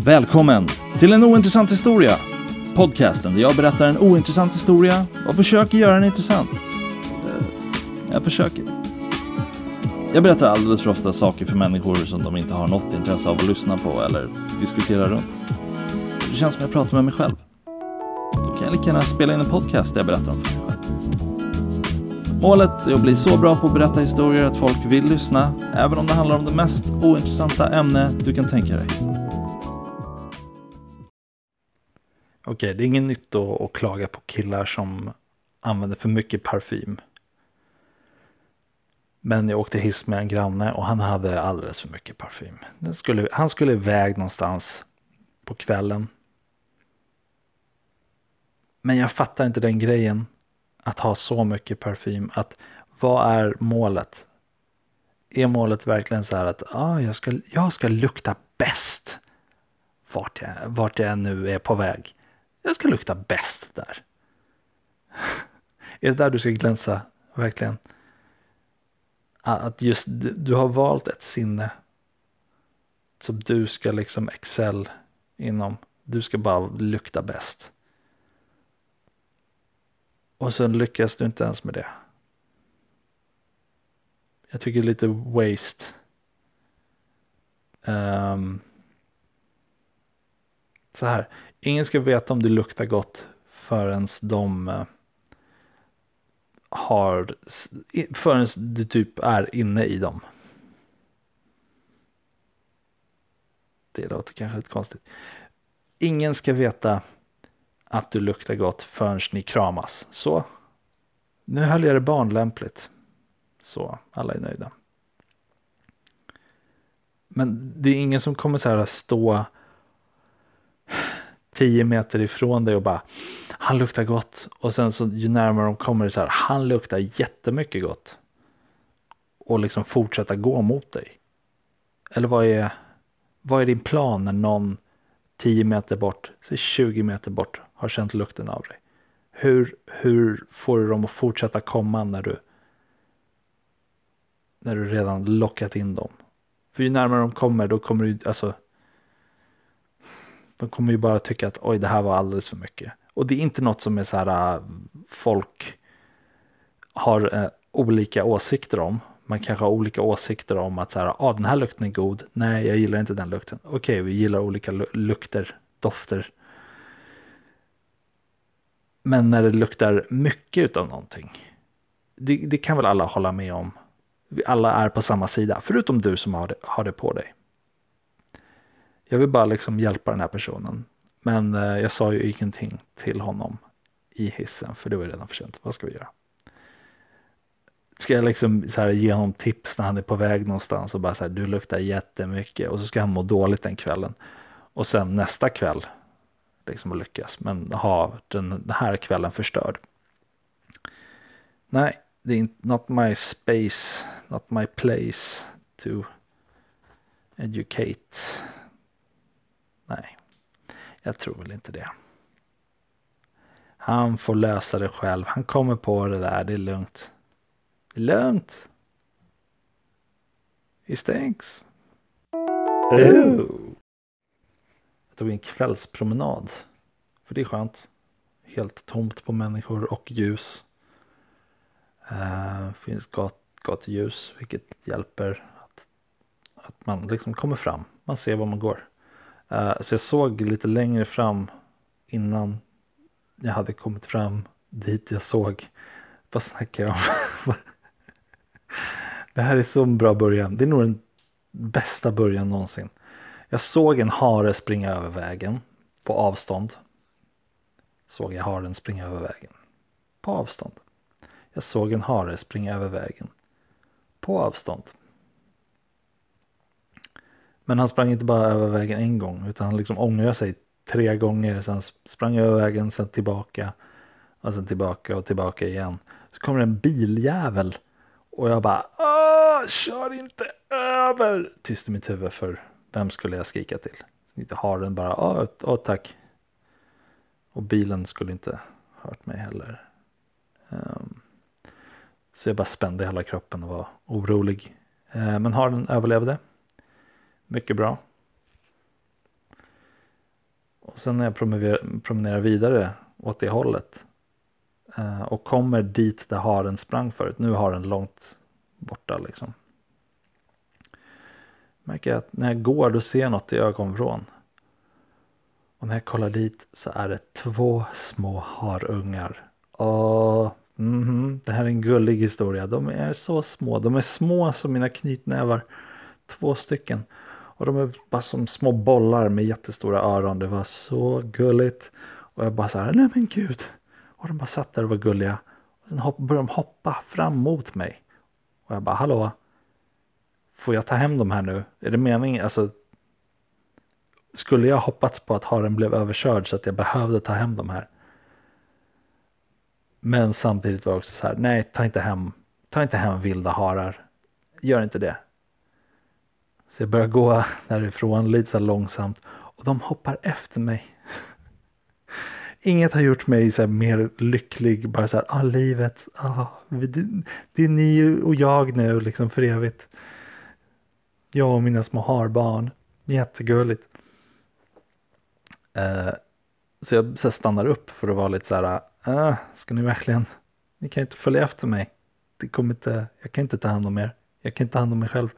Välkommen till en ointressant historia. Podcasten där jag berättar en ointressant historia och försöker göra den intressant. Jag försöker. Jag berättar alldeles för ofta saker för människor som de inte har något intresse av att lyssna på eller diskutera runt. Det känns som jag pratar med mig själv. Då kan jag lika gärna spela in en podcast där jag berättar om för mig själv. Målet är att bli så bra på att berätta historier att folk vill lyssna, även om det handlar om det mest ointressanta ämne du kan tänka dig. Okej, det är ingen nytt att klaga på killar som använder för mycket parfym. Men jag åkte hiss med en granne och han hade alldeles för mycket parfym. Han skulle iväg någonstans på kvällen. Men jag fattar inte den grejen. Att ha så mycket parfym. Vad är målet? Är målet verkligen så här att jag ska lukta bäst vart jag nu är på väg? Jag ska lukta bäst där. Är det där du ska glänsa verkligen? Att just du har valt ett sinne som du ska liksom excel inom. Du ska bara lukta bäst. Och sen lyckas du inte ens med det. Jag tycker det är lite waste. Så här. Ingen ska veta om du luktar gott förrän förrän du typ är inne i dem. Det låter kanske lite konstigt. Ingen ska veta att du luktar gott förrän ni kramas. Så. Nu höll jag det barnlämpligt. Så, alla är nöjda. Men det är ingen som kommer så här att stå 10 meter ifrån dig och bara, han luktar gott. Och sen så ju närmare de kommer så här, han luktar jättemycket gott. Och liksom fortsätta gå mot dig. Eller vad är din plan när någon 10 meter bort, så 20 meter bort har känt lukten av dig? Hur får du dem att fortsätta komma när du redan lockat in dem? För ju närmare de kommer, då kommer du, alltså, de kommer ju bara tycka att oj, det här var alldeles för mycket. Och det är inte något som är så här folk har olika åsikter om. Man kanske har olika åsikter om att så här, den här lukten är god. Nej, jag gillar inte den lukten. Okej, vi gillar olika lukter, dofter. Men när det luktar mycket utav någonting. Det kan väl alla hålla med om. Vi alla är på samma sida. Förutom du som har det på dig. Jag vill bara liksom hjälpa den här personen. Men jag sa ju ingenting till honom i hissen. För det var redan för sent. Vad ska vi göra? Ska jag liksom så här ge honom tips när han är på väg någonstans. Och bara så här, du luktar jättemycket. Och så ska han må dåligt den kvällen. Och sen nästa kväll. Liksom att lyckas. Men ha den här kvällen förstörd. Nej. Det är not my space. Not my place. To educate. Nej. Jag tror väl inte det. Han får lösa det själv. Han kommer på det där. Det är lugnt. Det är lugnt. He stinks. Jag tog en kvällspromenad. För det är skönt. Helt tomt på människor och ljus. Finns gatljus. Vilket hjälper att man liksom kommer fram. Man ser var man går. Så jag såg lite längre fram innan jag hade kommit fram dit jag såg. Vad snackar jag om? Det här är så en bra början. Det är nog den bästa början någonsin. Jag såg en hare springa över vägen på avstånd. Såg jag haren springa över vägen på avstånd. Jag såg en hare springa över vägen på avstånd. Men han sprang inte bara över vägen en gång, utan han liksom ångrade sig 3 gånger. Så han sprang över vägen, sen tillbaka. Och sen tillbaka och tillbaka igen. Så kommer en biljävel. Och jag bara, kör inte över. Tyst i mitt huvud, för vem skulle jag skrika till? Inte haren bara, tack. Och bilen skulle inte hört mig heller. Så jag bara spände hela kroppen och var orolig. Men haren överlevde. Mycket bra. Och sen när jag promenerar vidare åt det hållet och kommer dit där haren sprang förut. Nu har den långt borta liksom. Märker jag att när jag går då ser jag något i ögonvrån. Och när jag kollar dit så är det 2 små harungar. Det här är en gullig historia. De är så små. De är små som mina knytnävar. 2 stycken. Och de är bara som små bollar med jättestora öron. Det var så gulligt. Och jag bara så här, nej men gud. Och de bara satt där och var gulliga. Och sen började de hoppa fram mot mig. Och jag bara, hallå. Får jag ta hem dem här nu? Är det meningen? Alltså, skulle jag hoppats på att haren blev överkörd så att jag behövde ta hem dem här? Men samtidigt var det också så här, nej, ta inte hem vilda harar. Gör inte det. Så jag börjar gå därifrån lite så långsamt och de hoppar efter mig. Inget har gjort mig så här mer lycklig, bara så här, livet, det är ni och jag nu liksom för evigt. Jag och mina små harbarn, jättegulligt. Så jag så stannar upp för att vara lite så här, ska ni verkligen, ni kan inte följa efter mig. Jag kan inte ta hand om er. Jag kan inte ta hand om mig själv.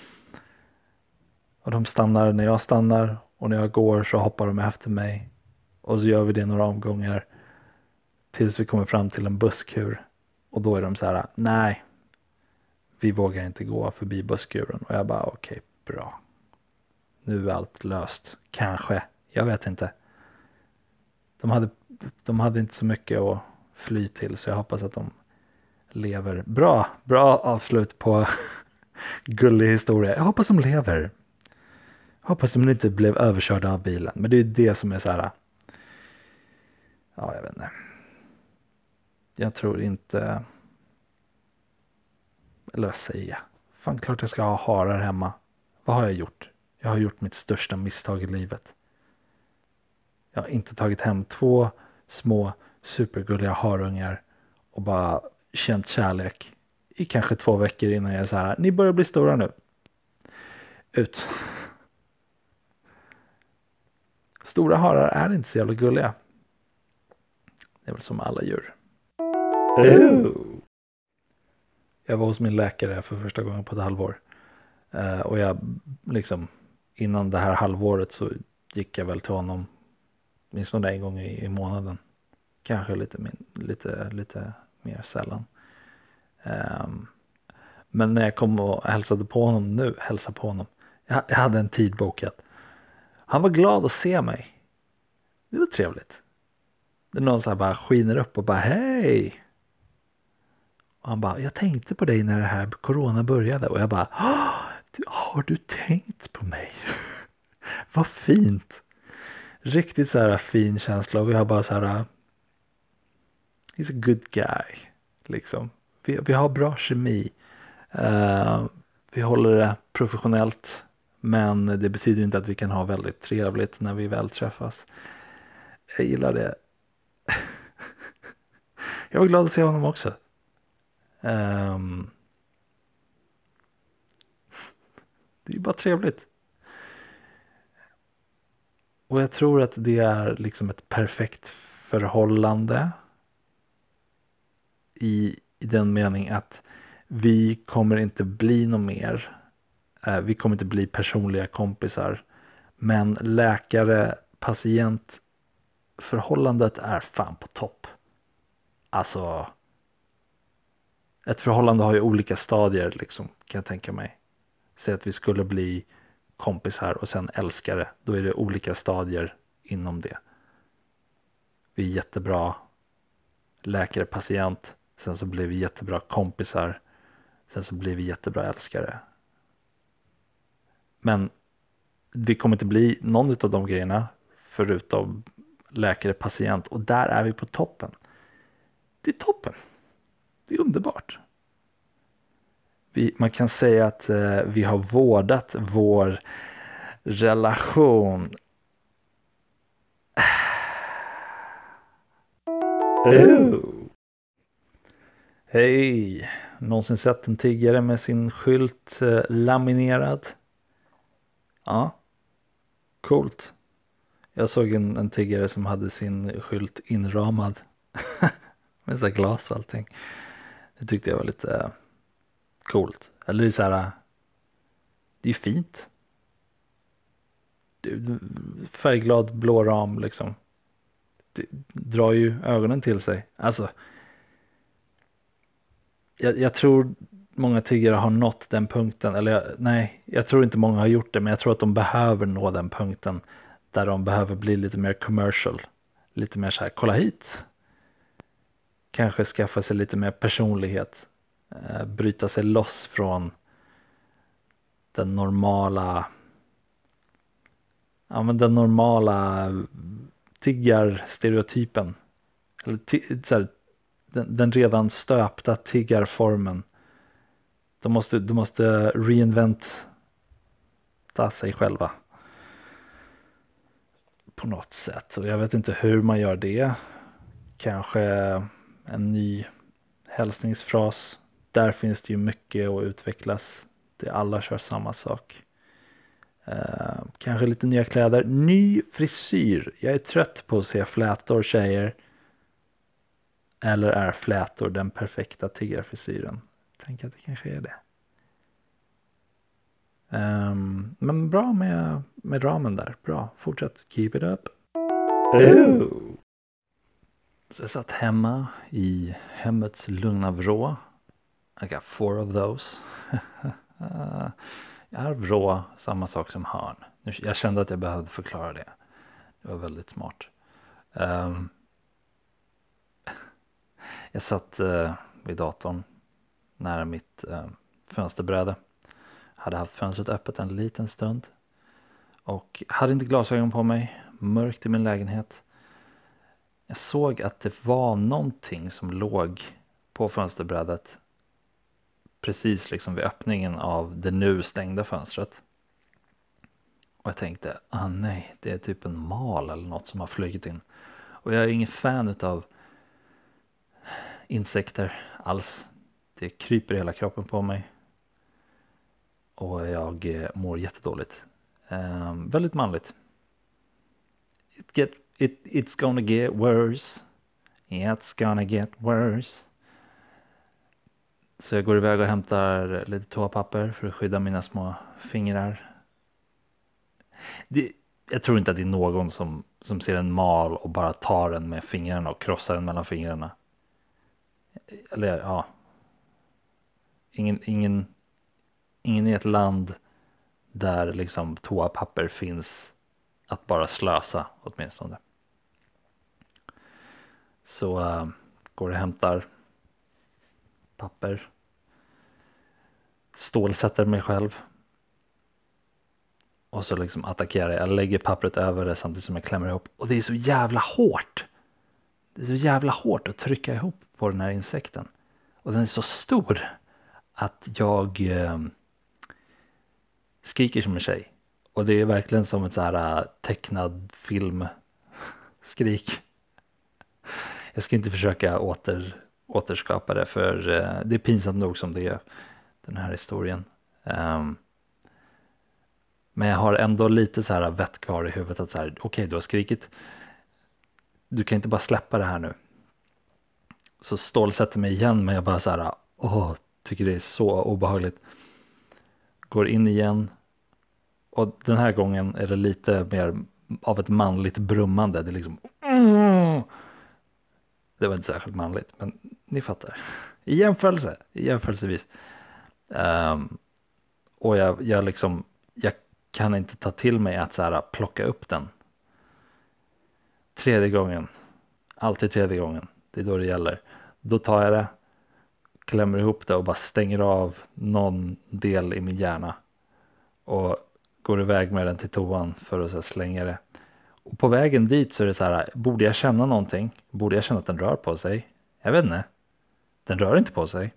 Och de stannar när jag stannar och när jag går så hoppar de efter mig. Och så gör vi det några omgångar tills vi kommer fram till en busskur. Och då är de så här, nej, vi vågar inte gå förbi busskuren. Och jag bara, okej, bra. Nu är allt löst. Kanske, jag vet inte. De hade inte så mycket att fly till så jag hoppas att de lever. Bra avslut på gullig historia. Jag hoppas de lever. Jag hoppas de inte blev överkörda av bilen. Men det är det som är så här. Ja, jag vet inte. Jag tror inte. Eller vad säger jag? Fan, klart jag ska ha harar hemma. Vad har jag gjort? Jag har gjort mitt största misstag i livet. Jag har inte tagit hem 2 små supergulliga harungar och bara känt kärlek i kanske 2 veckor innan jag är så här, ni börjar bli stora nu. Ut. Stora harar är inte så jävla gulliga. Det är väl som alla djur. Jag var hos min läkare för första gången på ett halvår. Och jag liksom innan det här halvåret så gick jag väl till honom minst en gång i månaden. Kanske lite mer sällan. Men när jag kom och hälsade på honom. Jag hade en tid bokat. Han var glad att se mig. Det var trevligt. Det är någon så här bara skiner upp och bara hej. Och han bara, jag tänkte på dig när det här corona började. Och jag bara, har du tänkt på mig? Vad fint. Riktigt så här fin känsla. Och vi har bara så här, he's a good guy. Liksom. Vi har bra kemi. Vi håller det professionellt. Men det betyder inte att vi kan ha väldigt trevligt när vi väl träffas. Jag gillar det. Jag var glad att se honom också. Det är bara trevligt. Och jag tror att det är liksom ett perfekt förhållande. I den mening att vi kommer inte bli något mer. Vi kommer inte bli personliga kompisar. Men läkare-patient förhållandet är fan på topp. Alltså ett förhållande har ju olika stadier liksom, kan jag tänka mig. Säg att vi skulle bli kompisar och sen älskare. Då är det olika stadier inom det. Vi är jättebra läkare-patient. Sen så blir vi jättebra kompisar. Sen så blir vi jättebra älskare. Men vi kommer inte bli någon av de grejerna förutom läkare-patient. Och där är vi på toppen. Det är toppen. Det är underbart. Man kan säga att vi har vårdat vår relation. Hej. Någonsin sett en tiggare med sin skylt laminerad? Ja. Coolt. Jag såg en tiggare som hade sin skylt inramad med så här glas och allting. Det tyckte jag var lite coolt. Eller det är så här, det är fint. Färgglad blå ram liksom. Det drar ju ögonen till sig. Alltså, jag tror många tiggare har nått den punkten. Eller nej, jag tror inte många har gjort det. Men jag tror att de behöver nå den punkten. Där de behöver bli lite mer commercial. Lite mer så här, kolla hit. Kanske skaffa sig lite mer personlighet. Bryta sig loss från den normala. Ja, men den normala tiggarstereotypen. Eller så här, den redan stöpta tiggarformen. De måste reinventa sig själva. På något sätt. Och jag vet inte hur man gör det. Kanske en ny hälsningsfras. Där finns det ju mycket att utvecklas. Det alla kör samma sak. Kanske lite nya kläder. Ny frisyr. Jag är trött på att se flätor tjejer. Eller är flätor den perfekta tiggarfrisyren? Tänker att det kanske är det. Men bra med ramen där. Bra. Fortsätt. Keep it up. Så jag satt hemma i hemmets lugna vrå. I got 4 of those. Jag har vrå, samma sak som hörn. Jag kände att jag behövde förklara det. Det var väldigt smart. Jag satt vid datorn nära mitt fönsterbräde. Hade haft fönstret öppet en liten stund. Och hade inte glasögon på mig. Mörkt i min lägenhet. Jag såg att det var någonting som låg på fönsterbrädet. Precis liksom vid öppningen av det nu stängda fönstret. Och jag tänkte, nej, det är typ en mal eller något som har flugit in. Och jag är ingen fan utav insekter alls. Det kryper i hela kroppen på mig. Och jag mår jättedåligt. Väldigt manligt. It's gonna get worse. It's gonna get worse. Så jag går iväg och hämtar lite toapapper för att skydda mina små fingrar. Jag tror inte att det är någon som ser en mal och bara tar den med fingrarna och krossar den mellan fingrarna. Eller ja. Ingen i ett land där liksom toapapper finns att bara slösa åtminstone. Så går och hämtar papper. Stålsätter mig själv. Och så liksom attackerar jag. Jag lägger pappret över det samtidigt som jag klämmer ihop. Och det är så jävla hårt. Det är så jävla hårt att trycka ihop på den här insekten. Och den är så stor att jag skriker som en tjej. Och det är verkligen som ett så här tecknad filmskrik. Jag ska inte försöka återskapa det, för det är pinsamt nog som det är, den här historien. Men jag har ändå lite så här vett kvar i huvudet att så här, okej, du har skrikit. Du kan inte bara släppa det här nu. Så stålsätter mig igen, men jag bara så här, tycker det är så obehagligt. Går in igen. Och den här gången är det lite mer av ett manligt brummande. Det är liksom det var inte särskilt manligt, men ni fattar. Jämförelsevis. Och jag kan inte ta till mig att så här plocka upp den. Tredje gången. Alltid tredje gången. Det är då det gäller. Då tar jag det. Klämmer ihop det och bara stänger av någon del i min hjärna. Och går iväg med den till toan för att så här slänga det. Och på vägen dit så är det så här, borde jag känna någonting? Borde jag känna att den rör på sig? Jag vet inte. Den rör inte på sig.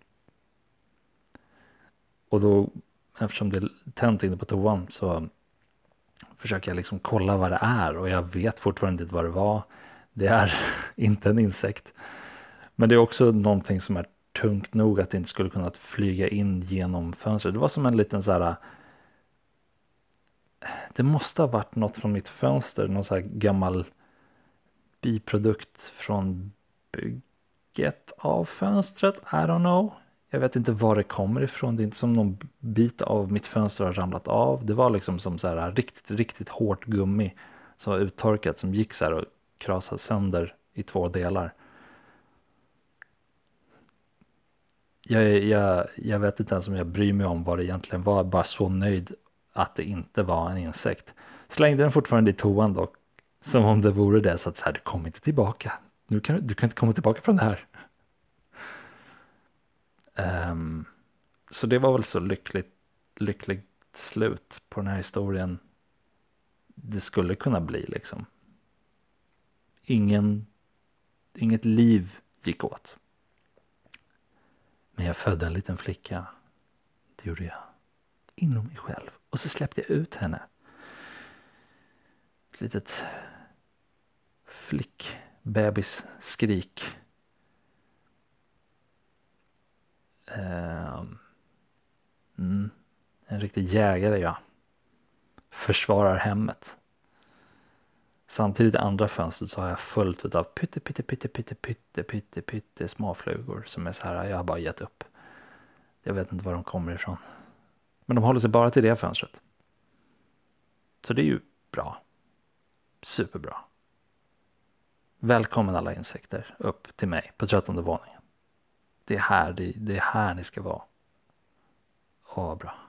Och då, eftersom det är tänt inne på toan, så försöker jag liksom kolla vad det är. Och jag vet fortfarande inte vad det var. Det är inte en insekt. Men det är också någonting som är tungt nog att det inte skulle kunna flyga in genom fönstret. Det var som en liten så här, Det måste ha varit något från mitt fönster. Någon så här gammal biprodukt från bygget av fönstret. I don't know. Jag vet inte var det kommer ifrån. Det är inte som någon bit av mitt fönster har ramlat av. Det var liksom som så här riktigt hårt gummi som var uttorkat, som gick så här och krasade sönder i 2 delar. Jag vet inte ens om jag bryr mig om vad det egentligen var. Bara så nöjd att det inte var en insekt. Slängde den fortfarande i toan dock. Som om det vore det. Så att så här, du kommer inte tillbaka. Du kan inte komma tillbaka från det här. Så det var väl så lyckligt slut på den här historien. Det skulle kunna bli liksom. Inget liv gick åt. Men jag födde en liten flicka. Det gjorde jag. Inom mig själv. Och så släppte jag ut henne. Ett litet flickbebisskrik. En riktig jägare, ja. Försvarar hemmet. Samtidigt i andra fönstret så har jag fullt av pytte småflugor som är så här, jag har bara gett upp. Jag vet inte var de kommer ifrån. Men de håller sig bara till det fönstret. Så det är ju bra. Superbra. Välkommen alla insekter upp till mig på 13:e våningen. Det är här ni ska vara. Åh, bra.